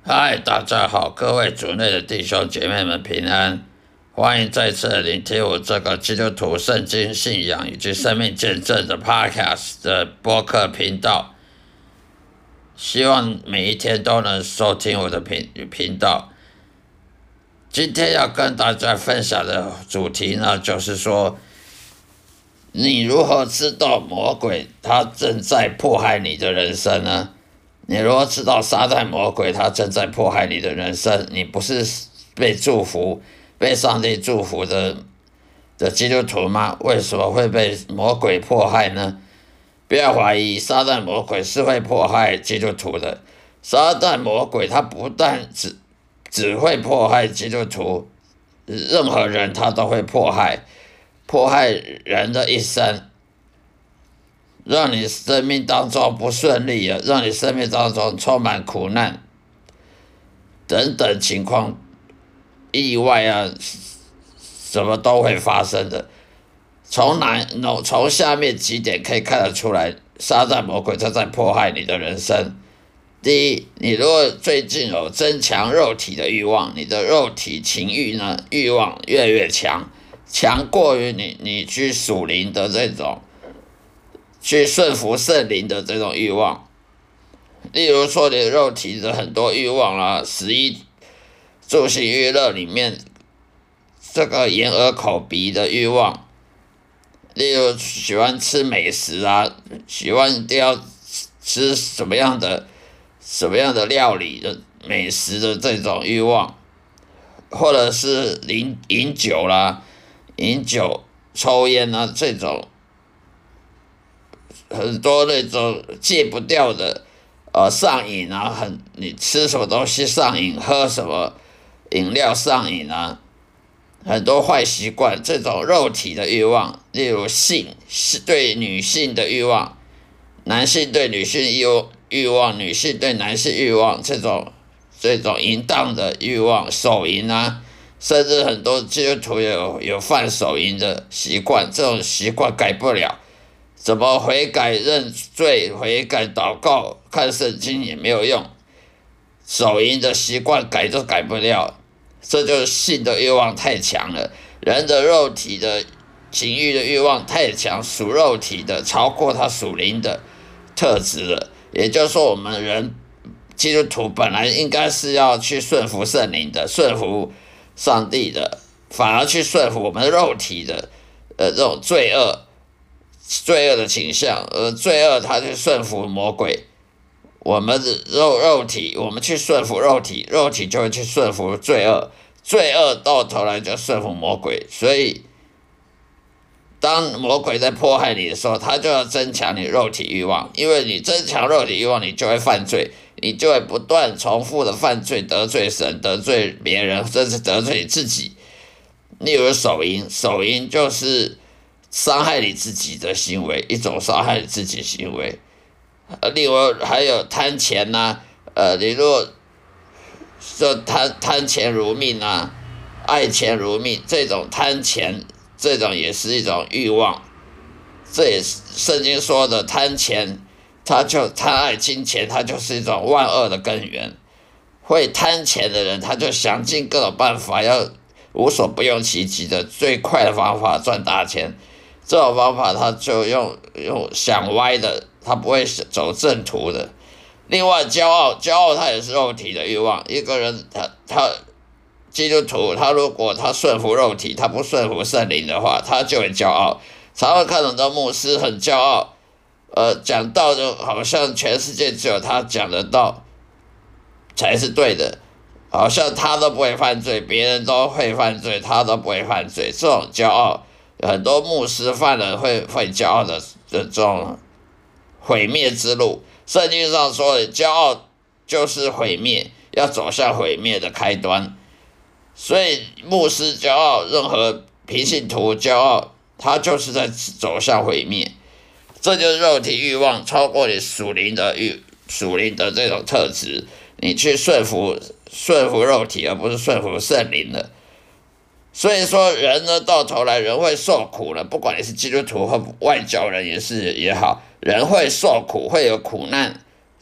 嗨，大家好，各位主内的弟兄姐妹们平安，欢迎再次聆听我这个基督徒圣经信仰以及生命见证的 Podcast 的播客频道。希望每一天都能收听我的频道。今天要跟大家分享的主题呢，就是说，你如何知道魔鬼他正在迫害你的人生呢？你如何知道撒旦魔鬼他正在迫害你的人生？你不是被祝福、被上帝祝福的基督徒吗？为什么会被魔鬼迫害呢？不要怀疑，撒旦魔鬼是会迫害基督徒的。撒旦魔鬼他不但只会迫害基督徒，任何人他都会迫害人的一生。让你生命当中不顺利啊，让你生命当中充满苦难等等情况，意外啊，什么都会发生的。从下面几点可以看得出来，撒旦魔鬼正在迫害你的人生。第一，你如果最近有增强肉体的欲望，你的肉体情欲呢欲望越来越强，强过于你去属灵的这种。去顺服圣灵的这种欲望，例如说你的肉体的很多欲望啊，食衣住行娱乐里面，这个眼耳口鼻的欲望，例如喜欢吃美食啊，喜欢一定要吃什么样的料理的美食的这种欲望，或者是饮酒啦、抽烟啊这种。很多那种戒不掉的，上瘾啊，你吃什么东西上瘾，喝什么饮料上瘾啊，很多坏习惯，这种肉体的欲望，例如是对女性的欲望，男性对女性欲望，女性对男性欲望，这种淫荡的欲望，手淫啊，甚至很多基督徒有犯手淫的习惯，这种习惯改不了。怎么悔改认罪、悔改祷告、看圣经也没有用，手淫的习惯改都改不了，这就是性的欲望太强了。人的肉体的情欲的欲望太强，属肉体的超过他属灵的特质了。也就是说，我们人基督徒本来应该是要去顺服圣灵的、顺服上帝的，反而去顺服我们肉体的这种罪恶的倾向，而罪恶它去顺服魔鬼，我们的肉体，我们去顺服肉体，肉体就会去顺服罪恶，罪恶到头来就顺服魔鬼。所以，当魔鬼在迫害你的时候，他就要增强你肉体欲望，因为你增强肉体欲望，你就会犯罪，你就会不断重复的犯罪，得罪神，得罪别人，甚至得罪你自己。例如手淫就是伤害你自己的行为，一种伤害你自己的行为。另外还有贪钱呐、你若说贪钱如命啊，爱钱如命，这种贪钱，这种也是一种欲望。这也是圣经说的贪钱，贪爱金钱，它就是一种万恶的根源。会贪钱的人，他就想尽各种办法，要无所不用其极的最快的方法赚大钱。这种方法他就用想歪的，他不会走正途的。另外，骄傲他也是肉体的欲望。一个人他基督徒，他如果他顺服肉体，他不顺服圣灵的话，他就会骄傲。常会看很多牧师很骄傲，讲道就好像全世界只有他讲的道才是对的，好像他都不会犯罪，别人都会犯罪，他都不会犯罪。这种骄傲。很多牧师犯了会骄傲的这种毁灭之路。圣经上说的，骄傲就是毁灭，要走向毁灭的开端。所以牧师骄傲，任何平信徒骄傲，他就是在走向毁灭。这就是肉体欲望超过你属灵的这种特质，你去顺服肉体，而不是顺服圣灵的。所以说，人呢，到头来人会受苦了，不管你是基督徒或外教人也好，人会受苦，会有苦难，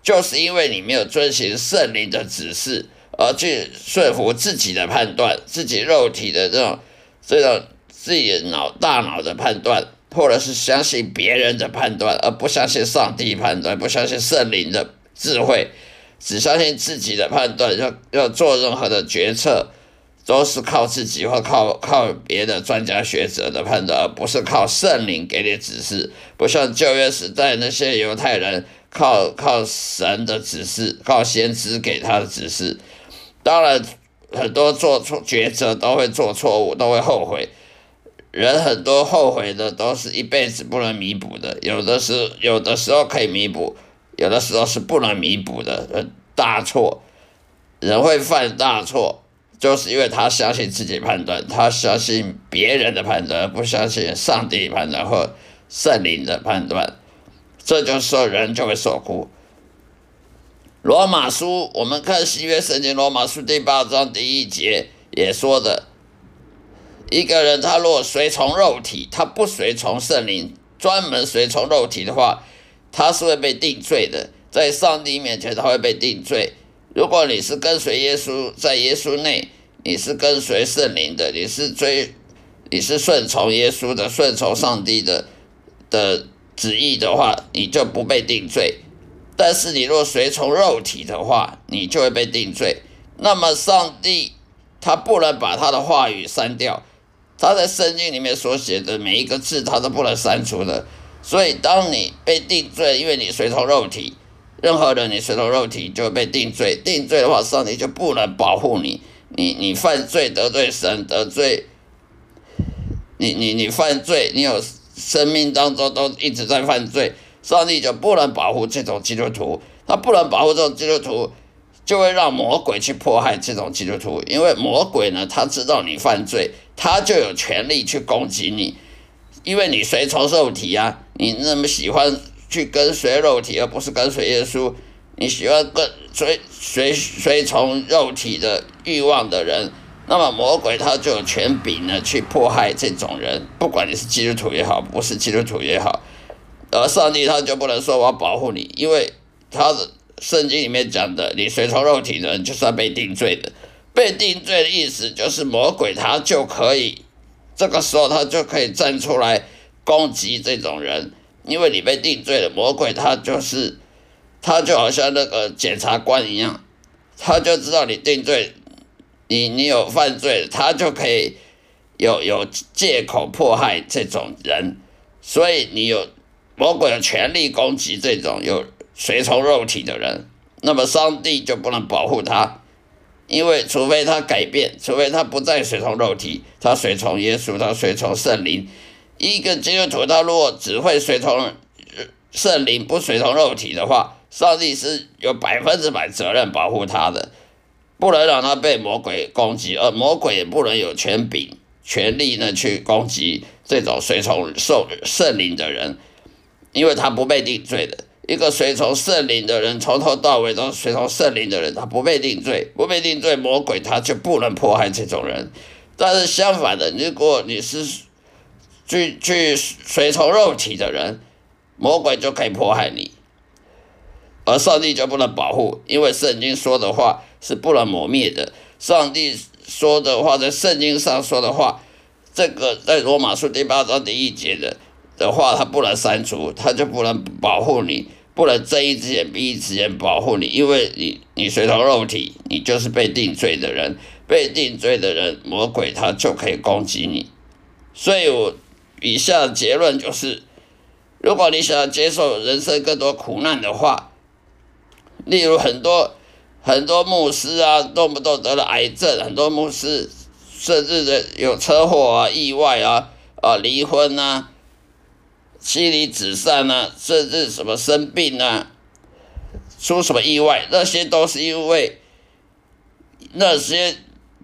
就是因为你没有遵循圣灵的指示，而去顺服自己的判断，自己肉体的这种自己大脑的判断，或者是相信别人的判断，而不相信上帝判断，不相信圣灵的智慧，只相信自己的判断，要做任何的决策，都是靠自己或靠别的专家学者的判断，而不是靠圣灵给你指示。不像旧约时代那些犹太人靠神的指示，靠先知给他的指示。当然，很多做错抉择都会做错误，都会后悔。人很多后悔的都是一辈子不能弥补的，有的时候可以弥补，有的时候是不能弥补的大错。人会犯大错，就是因为他相信自己判断，他相信别人的判断，而不相信上帝判断或圣灵的判断。这就是说人就会受苦。罗马书，我们看新约圣经罗马书第8章第1节也说的，一个人他如果随从肉体，他不随从圣灵，专门随从肉体的话，他是会被定罪的，在上帝面前他会被定罪。如果你是跟随耶稣，在耶稣内，你是跟随圣灵的，你是顺从耶稣的，顺从上帝的旨意的话，你就不被定罪。但是你若随从肉体的话，你就会被定罪。那么上帝他不能把他的话语删掉，他在圣经里面所写的每一个字他都不能删除的。所以当你被定罪，因为你随从肉体，任何人你随从肉体就会被定罪。定罪的话，上帝就不能保护你。你犯罪得罪神，得罪你犯罪，你有生命当中都一直在犯罪，上帝就不能保护这种基督徒。他不能保护这种基督徒，就会让魔鬼去迫害这种基督徒。因为魔鬼呢，他知道你犯罪，他就有权利去攻击你。因为你随从肉体啊，你那么喜欢去跟随肉体，而不是跟随耶稣。你喜欢随从肉体的欲望的人，那么魔鬼他就有权柄呢去迫害这种人，不管你是基督徒也好，不是基督徒也好。而上帝他就不能说我要保护你，因为他的圣经里面讲的，你随从肉体的人就是要被定罪的。被定罪的意思就是魔鬼他就可以，这个时候他就可以站出来攻击这种人，因为你被定罪了，魔鬼他就好像那个检察官一样，他就知道你定罪，你有犯罪，他就可以有借口迫害这种人。所以魔鬼有权利攻击这种有随从肉体的人，那么上帝就不能保护他，因为除非他改变，除非他不再随从肉体，他随从耶稣，他随从圣灵。一个基督徒他如果只会随从圣灵，不随从肉体的话，上帝是有100%责任保护他的，不能让他被魔鬼攻击，而魔鬼也不能有权力呢去攻击这种随从圣灵的人，因为他不被定罪的。一个随从圣灵的人，从头到尾都随从圣灵的人，他不被定罪，魔鬼他就不能迫害这种人。但是相反的，如果你是去随从肉体的人，魔鬼就可以迫害你，而上帝就不能保护，因为圣经说的话是不能磨灭的。上帝说的话，在圣经上说的话，这个在罗马书第8章第1节的话，他不能删除，他就不能保护你，不能睁一只眼闭一只眼保护你，因为你随从肉体，你就是被定罪的人，被定罪的人，魔鬼他就可以攻击你。所以我以下的结论就是，如果你想要接受人生更多苦难的话，例如很多牧师啊，动不动得了癌症，很多牧师甚至有车祸啊、意外啊、离婚啊、妻离子散啊，甚至什么生病啊、出什么意外，那些都是因为那些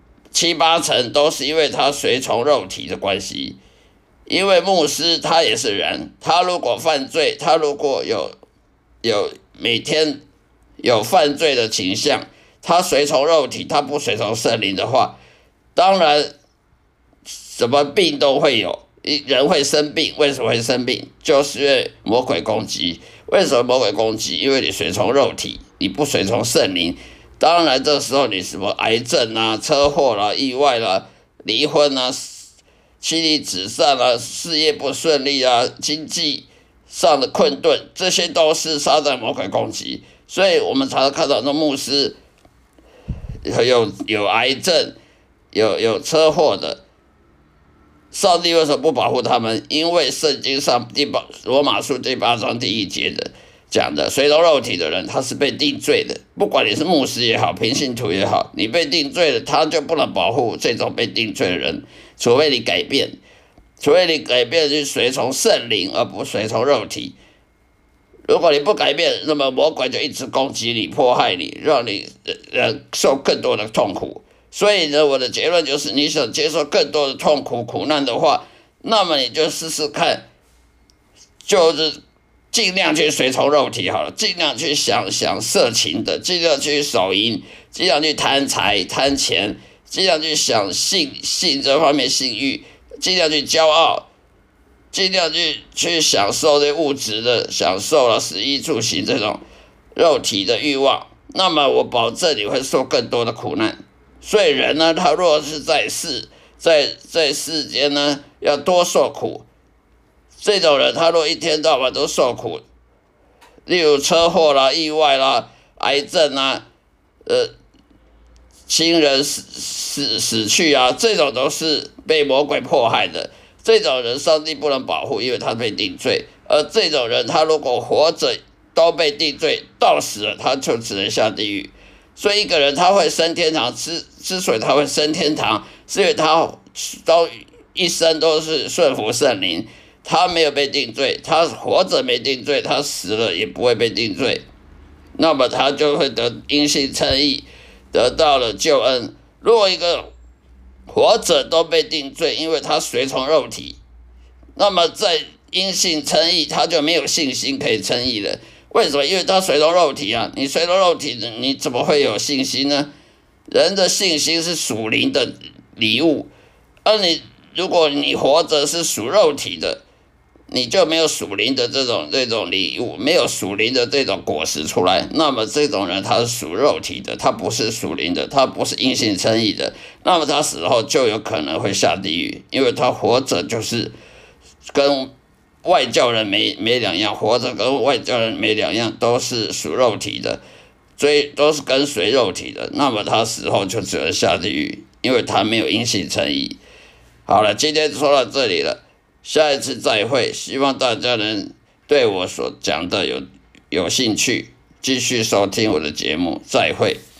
7-8成都是因为他随从肉体的关系。因为牧师他也是人，他如果犯罪，他如果有每天有犯罪的倾向，他随从肉体，他不随从圣灵的话，当然什么病都会有。人会生病，为什么会生病？就是因为魔鬼攻击。 为什么魔鬼攻击？因为你随从肉体，你不随从圣灵。当然，这时候你什么癌症啊、车祸啦、意外啦、离婚啊、妻离子散啊、事业不顺利啊、经济上的困顿，这些都是撒旦魔鬼攻击。所以我们常常看到那牧师有癌症、有车祸的。上帝为什么不保护他们？因为圣经上罗马书第8章第1节的讲的，随从肉体的人他是被定罪的。不管你是牧师也好，平信徒也好，你被定罪了，他就不能保护这种被定罪的人，除非你改变，去随从圣灵，而不随从肉体。如果你不改变，那么魔鬼就一直攻击你、迫害你，让你受更多的痛苦。所以呢，我的结论就是，你想接受更多的痛苦、苦难的话，那么你就试试看，就是尽量去随从肉体好了，尽量去想色情的，尽量去手淫，尽量去贪财贪钱，尽量去想性这方面性欲，尽量去骄傲，尽量去享受这物质的享受了，食衣住行这种肉体的欲望，那么我保证你会受更多的苦难。所以人呢，他若是在世间呢，要多受苦。这种人，他若一天到晚都受苦，例如车祸啦、意外啦、癌症啊，亲人死去啊，这种都是被魔鬼迫害的。这种人，上帝不能保护，因为他被定罪。而这种人，他如果活着都被定罪，到死了他就只能下地狱。所以一个人他会升天堂，之所以他会升天堂，是因为他一生都是顺服圣灵，他没有被定罪，他活着没定罪，他死了也不会被定罪，那么他就会得因信称义，得到了救恩。如果一个活着都被定罪，因为他随从肉体，那么在因信称义，他就没有信心可以称义了。为什么？因为他随从肉体啊！你随从肉体，你怎么会有信心呢？人的信心是属灵的礼物，而如果你活着是属肉体的，你就没有属灵的这种礼物，没有属灵的这种果实出来。那么这种人他是属肉体的，他不是属灵的，他不是因信称义的。那么他死后就有可能会下地狱，因为他活着就是跟外教人没两样，活着跟外教人没两样，都是属肉体的，都是跟随肉体的。那么他死后就只能下地狱，因为他没有因信称义。好了，今天说到这里了，下一次再会。希望大家能对我所讲的有兴趣，继续收听我的节目。再会。